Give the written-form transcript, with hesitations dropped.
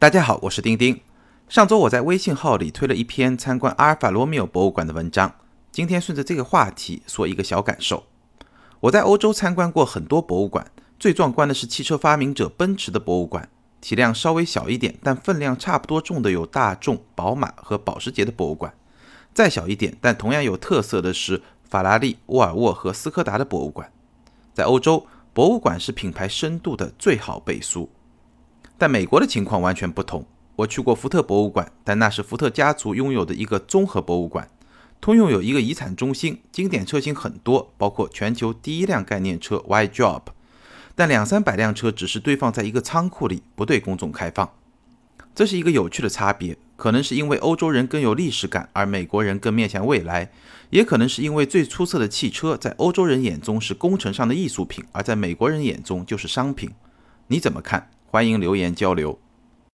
大家好，我是丁丁。上周我在微信号里推了一篇参观阿尔法罗密欧博物馆的文章，今天顺着这个话题说一个小感受。我在欧洲参观过很多博物馆，最壮观的是汽车发明者奔驰的博物馆，体量稍微小一点但分量差不多重的有大众、宝马和保时捷的博物馆。再小一点但同样有特色的是法拉利、沃尔沃和斯柯达的博物馆。在欧洲，博物馆是品牌深度的最好背书。但美国的情况完全不同。我去过福特博物馆，但那是福特家族拥有的一个综合博物馆，通用有一个遗产中心，经典车型很多，包括全球第一辆概念车 Y-Job， 但200-300辆车只是堆放在一个仓库里，不对公众开放。这是一个有趣的差别，可能是因为欧洲人更有历史感，而美国人更面向未来，也可能是因为最出色的汽车在欧洲人眼中是工程上的艺术品，而在美国人眼中就是商品。你怎么看？欢迎留言交流。